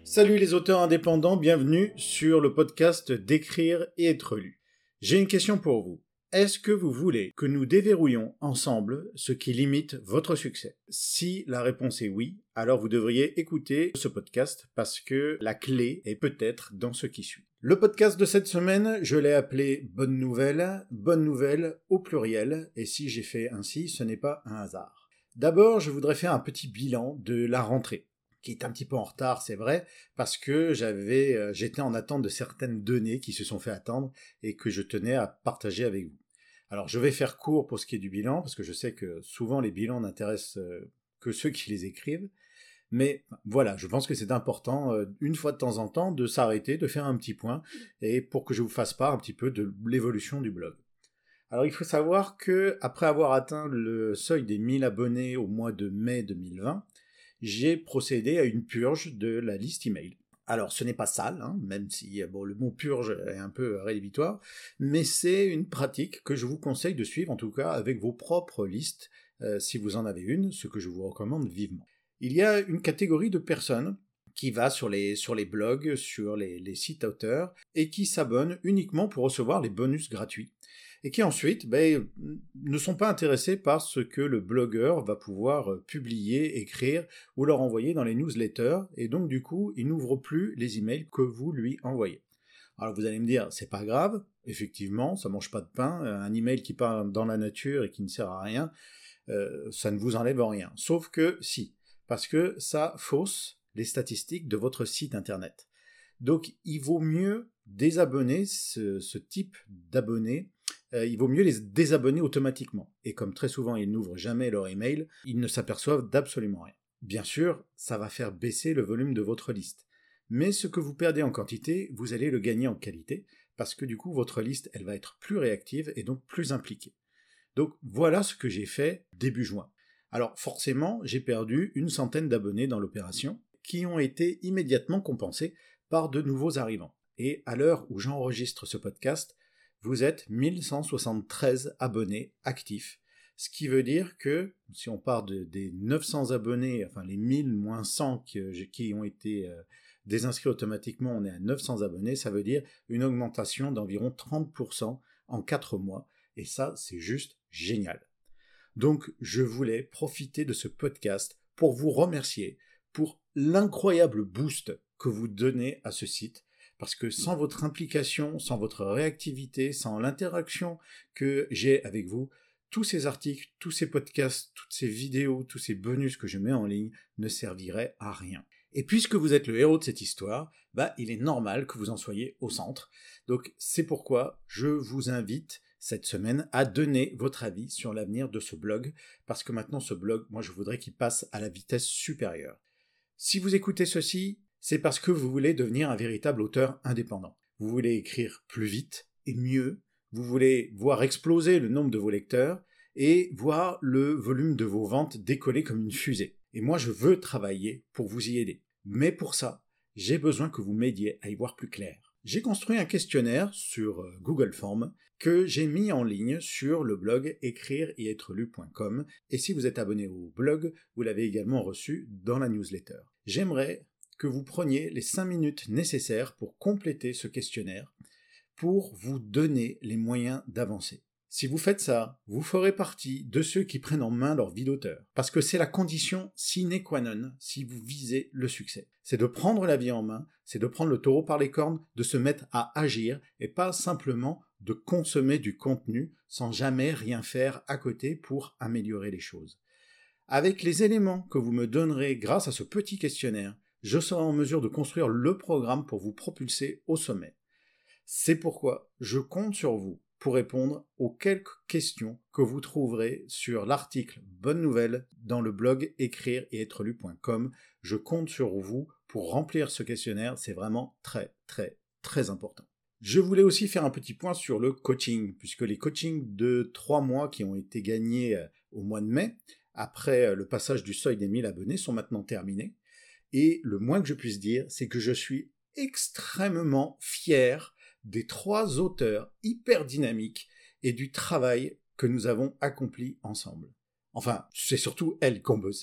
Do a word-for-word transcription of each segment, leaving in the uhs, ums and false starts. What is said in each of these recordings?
Salut les auteurs indépendants, bienvenue sur le podcast d'Écrire et être lu. J'ai une question pour vous. Est-ce que vous voulez que nous déverrouillions ensemble ce qui limite votre succès ? Si la réponse est oui, alors vous devriez écouter ce podcast parce que la clé est peut-être dans ce qui suit. Le podcast de cette semaine, je l'ai appelé « Bonne nouvelle », « Bonne nouvelle » au pluriel, et si j'ai fait ainsi, ce n'est pas un hasard. D'abord, je voudrais faire un petit bilan de la rentrée, qui est un petit peu en retard, c'est vrai, parce que j'avais, euh, j'étais en attente de certaines données qui se sont fait attendre et que je tenais à partager avec vous. Alors, je vais faire court pour ce qui est du bilan, parce que je sais que souvent les bilans n'intéressent euh, que ceux qui les écrivent, mais voilà, je pense que c'est important, euh, une fois de temps en temps, de s'arrêter, de faire un petit point, et pour que je vous fasse part un petit peu de l'évolution du blog. Alors, il faut savoir que après avoir atteint le seuil des mille abonnés au mois de mai deux mille vingt, j'ai procédé à une purge de la liste email. Alors, ce n'est pas sale, hein, même si bon, le mot purge est un peu rédhibitoire, mais c'est une pratique que je vous conseille de suivre, en tout cas avec vos propres listes, euh, si vous en avez une, ce que je vous recommande vivement. Il y a une catégorie de personnes qui va sur les, sur les blogs, sur les, les sites auteurs, et qui s'abonnent uniquement pour recevoir les bonus gratuits, et qui ensuite ben, ne sont pas intéressés par ce que le blogueur va pouvoir publier, écrire ou leur envoyer dans les newsletters, et donc du coup, il n'ouvre plus les emails que vous lui envoyez. Alors vous allez me dire, c'est pas grave, effectivement, ça mange pas de pain, un email qui part dans la nature et qui ne sert à rien, euh, ça ne vous enlève rien. Sauf que si, parce que ça fausse les statistiques de votre site internet. Donc il vaut mieux désabonner ce, ce type d'abonnés, euh, il vaut mieux les désabonner automatiquement. Et comme très souvent ils n'ouvrent jamais leur email, ils ne s'aperçoivent d'absolument rien. Bien sûr, ça va faire baisser le volume de votre liste. Mais ce que vous perdez en quantité, vous allez le gagner en qualité, parce que du coup votre liste, elle va être plus réactive et donc plus impliquée. Donc voilà ce que j'ai fait début juin. Alors forcément, j'ai perdu une centaine d'abonnés dans l'opération, qui ont été immédiatement compensés par de nouveaux arrivants. Et à l'heure où j'enregistre ce podcast, vous êtes mille cent soixante-treize abonnés actifs, ce qui veut dire que, si on part de, des neuf cents abonnés, enfin les mille moins cent qui, qui ont été euh, désinscrits automatiquement, on est à neuf cents abonnés, ça veut dire une augmentation d'environ trente pour cent en quatre mois, et ça, c'est juste génial. Donc, je voulais profiter de ce podcast pour vous remercier pour l'incroyable boost que vous donnez à ce site, parce que sans votre implication, sans votre réactivité, sans l'interaction que j'ai avec vous, tous ces articles, tous ces podcasts, toutes ces vidéos, tous ces bonus que je mets en ligne ne serviraient à rien. Et puisque vous êtes le héros de cette histoire, bah, il est normal que vous en soyez au centre. Donc c'est pourquoi je vous invite cette semaine à donner votre avis sur l'avenir de ce blog, parce que maintenant ce blog, moi je voudrais qu'il passe à la vitesse supérieure. Si vous écoutez ceci, c'est parce que vous voulez devenir un véritable auteur indépendant. Vous voulez écrire plus vite et mieux, vous voulez voir exploser le nombre de vos lecteurs et voir le volume de vos ventes décoller comme une fusée. Et moi je veux travailler pour vous y aider. Mais pour ça, j'ai besoin que vous m'aidiez à y voir plus clair. J'ai construit un questionnaire sur Google Forms que j'ai mis en ligne sur le blog écrire et être lu point com, et si vous êtes abonné au blog, vous l'avez également reçu dans la newsletter. J'aimerais que vous preniez les cinq minutes nécessaires pour compléter ce questionnaire, pour vous donner les moyens d'avancer. Si vous faites ça, vous ferez partie de ceux qui prennent en main leur vie d'auteur, parce que c'est la condition sine qua non si vous visez le succès. C'est de prendre la vie en main, c'est de prendre le taureau par les cornes, de se mettre à agir, et pas simplement de consommer du contenu sans jamais rien faire à côté pour améliorer les choses. Avec les éléments que vous me donnerez grâce à ce petit questionnaire, je serai en mesure de construire le programme pour vous propulser au sommet. C'est pourquoi je compte sur vous pour répondre aux quelques questions que vous trouverez sur l'article Bonne Nouvelle dans le blog écrire et être lu point com. Je compte sur vous pour remplir ce questionnaire, c'est vraiment très très très important. Je voulais aussi faire un petit point sur le coaching, puisque les coachings de trois mois qui ont été gagnés au mois de mai, après le passage du seuil des mille abonnés, sont maintenant terminés. Et le moins que je puisse dire, c'est que je suis extrêmement fier des trois auteurs hyper dynamiques et du travail que nous avons accompli ensemble. Enfin, c'est surtout elles qui ont bossé.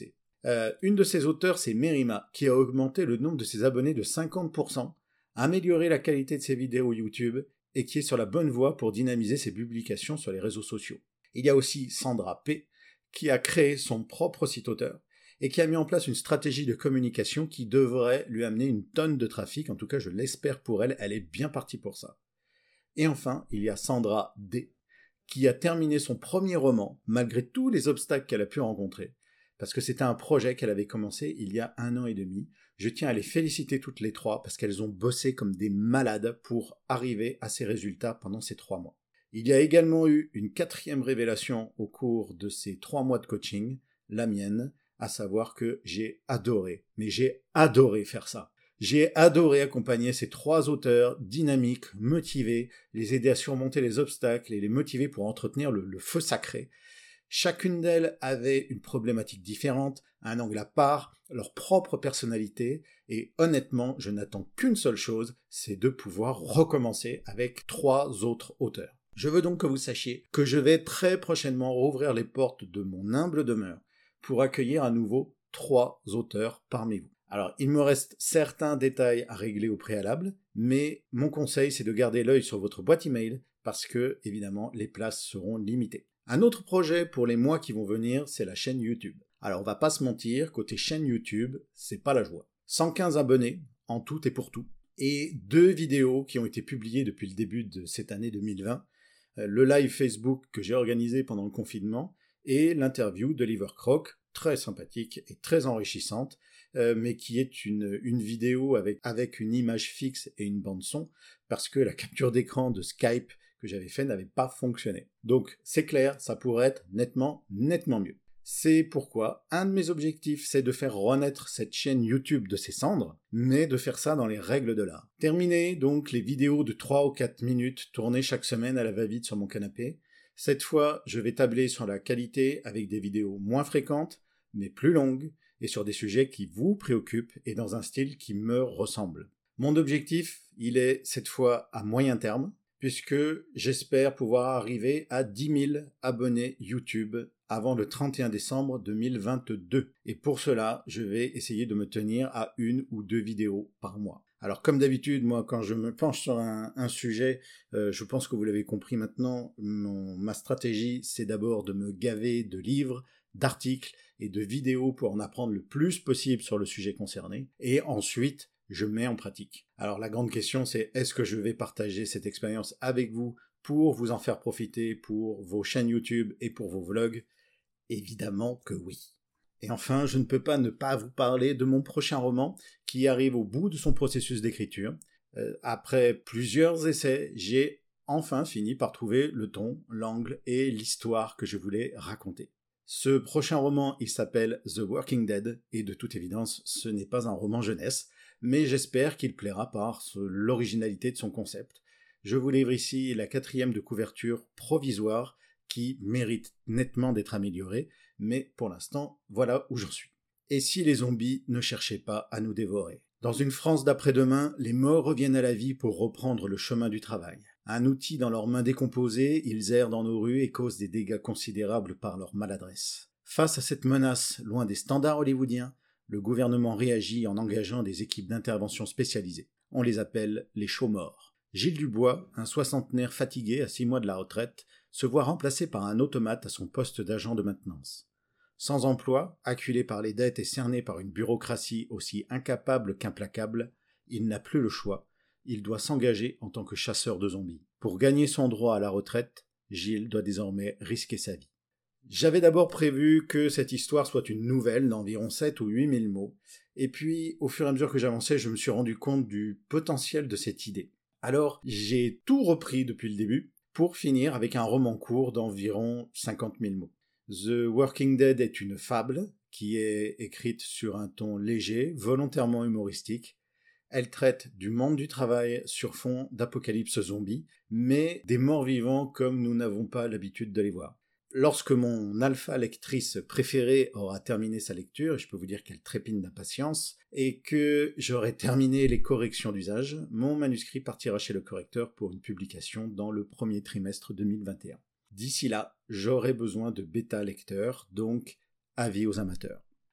Euh, une de ses auteurs, c'est Merima, qui a augmenté le nombre de ses abonnés de cinquante pour cent, amélioré la qualité de ses vidéos YouTube et qui est sur la bonne voie pour dynamiser ses publications sur les réseaux sociaux. Il y a aussi Sandra P, qui a créé son propre site auteur et qui a mis en place une stratégie de communication qui devrait lui amener une tonne de trafic, en tout cas je l'espère pour elle, elle est bien partie pour ça. Et enfin, il y a Sandra D, qui a terminé son premier roman, malgré tous les obstacles qu'elle a pu rencontrer, parce que c'était un projet qu'elle avait commencé il y a un an et demi. Je tiens à les féliciter toutes les trois, parce qu'elles ont bossé comme des malades pour arriver à ces résultats pendant ces trois mois. Il y a également eu une quatrième révélation au cours de ces trois mois de coaching, la mienne, à savoir que j'ai adoré, mais j'ai adoré faire ça. J'ai adoré accompagner ces trois auteurs dynamiques, motivés, les aider à surmonter les obstacles et les motiver pour entretenir le, le feu sacré. Chacune d'elles avait une problématique différente, un angle à part, leur propre personnalité, et honnêtement, je n'attends qu'une seule chose, c'est de pouvoir recommencer avec trois autres auteurs. Je veux donc que vous sachiez que je vais très prochainement rouvrir les portes de mon humble demeure pour accueillir à nouveau trois auteurs parmi vous. Alors, il me reste certains détails à régler au préalable, mais mon conseil, c'est de garder l'œil sur votre boîte email parce que, évidemment, les places seront limitées. Un autre projet pour les mois qui vont venir, c'est la chaîne YouTube. Alors, on va pas se mentir, côté chaîne YouTube, c'est pas la joie. cent quinze abonnés, en tout et pour tout, et deux vidéos qui ont été publiées depuis le début de cette année deux mille vingt, le live Facebook que j'ai organisé pendant le confinement, et l'interview d'Oliver Crock, très sympathique et très enrichissante, euh, mais qui est une, une vidéo avec, avec une image fixe et une bande son, parce que la capture d'écran de Skype que j'avais fait n'avait pas fonctionné. Donc c'est clair, ça pourrait être nettement, nettement mieux. C'est pourquoi un de mes objectifs, c'est de faire renaître cette chaîne YouTube de ses cendres, mais de faire ça dans les règles de l'art. Terminer donc les vidéos de trois ou quatre minutes tournées chaque semaine à la va-vite sur mon canapé. Cette fois, je vais tabler sur la qualité avec des vidéos moins fréquentes, mais plus longues, et sur des sujets qui vous préoccupent et dans un style qui me ressemble. Mon objectif, il est cette fois à moyen terme, puisque j'espère pouvoir arriver à dix mille abonnés YouTube avant le trente et un décembre deux mille vingt-deux. Et pour cela, je vais essayer de me tenir à une ou deux vidéos par mois. Alors comme d'habitude, moi quand je me penche sur un, un sujet, euh, je pense que vous l'avez compris maintenant, mon, ma stratégie c'est d'abord de me gaver de livres, d'articles et de vidéos pour en apprendre le plus possible sur le sujet concerné, et ensuite je mets en pratique. Alors la grande question c'est est-ce que je vais partager cette expérience avec vous pour vous en faire profiter pour vos chaînes YouTube et pour vos vlogs? Évidemment que oui. Et enfin, je ne peux pas ne pas vous parler de mon prochain roman qui arrive au bout de son processus d'écriture. Euh, après plusieurs essais, j'ai enfin fini par trouver le ton, l'angle et l'histoire que je voulais raconter. Ce prochain roman, il s'appelle The Walking Dead, et de toute évidence, ce n'est pas un roman jeunesse, mais j'espère qu'il plaira par l'originalité de son concept. Je vous livre ici la quatrième de couverture provisoire qui mérite nettement d'être améliorée, mais pour l'instant, voilà où j'en suis. Et si les zombies ne cherchaient pas à nous dévorer? Dans une France d'après-demain, les morts reviennent à la vie pour reprendre le chemin du travail. Un outil dans leurs mains décomposées, ils errent dans nos rues et causent des dégâts considérables par leur maladresse. Face à cette menace, loin des standards hollywoodiens, le gouvernement réagit en engageant des équipes d'intervention spécialisées. On les appelle les chaux-morts. Gilles Dubois, un soixantenaire fatigué à six mois de la retraite, se voit remplacé par un automate à son poste d'agent de maintenance. Sans emploi, acculé par les dettes et cerné par une bureaucratie aussi incapable qu'implacable, il n'a plus le choix. Il doit s'engager en tant que chasseur de zombies. Pour gagner son droit à la retraite, Gilles doit désormais risquer sa vie. J'avais d'abord prévu que cette histoire soit une nouvelle d'environ sept ou huit mille mots, et puis, au fur et à mesure que j'avançais, je me suis rendu compte du potentiel de cette idée. Alors, j'ai tout repris depuis le début, pour finir avec un roman court d'environ cinquante mille mots. The Walking Dead est une fable qui est écrite sur un ton léger, volontairement humoristique. Elle traite du monde du travail sur fond d'apocalypse zombie, mais des morts vivants comme nous n'avons pas l'habitude de les voir. Lorsque mon alpha lectrice préférée aura terminé sa lecture, je peux vous dire qu'elle trépine d'impatience, et que j'aurai terminé les corrections d'usage, mon manuscrit partira chez le correcteur pour une publication dans le premier trimestre deux mille vingt et un. D'ici là, j'aurai besoin de bêta lecteurs, donc avis aux amateurs.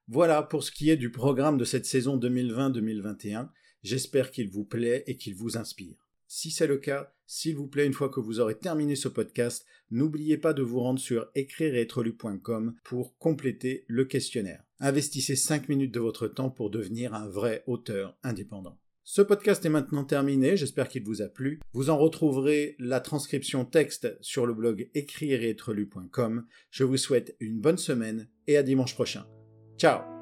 Voilà pour ce qui est du programme de cette saison deux mille vingt deux mille vingt et un. J'espère qu'il vous plaît et qu'il vous inspire. Si c'est le cas, s'il vous plaît, une fois que vous aurez terminé ce podcast, n'oubliez pas de vous rendre sur écrire et être lu point com pour compléter le questionnaire. Investissez cinq minutes de votre temps pour devenir un vrai auteur indépendant. Ce podcast est maintenant terminé, j'espère qu'il vous a plu. Vous en retrouverez la transcription texte sur le blog écrire et être lu point com. Je vous souhaite une bonne semaine et à dimanche prochain. Ciao!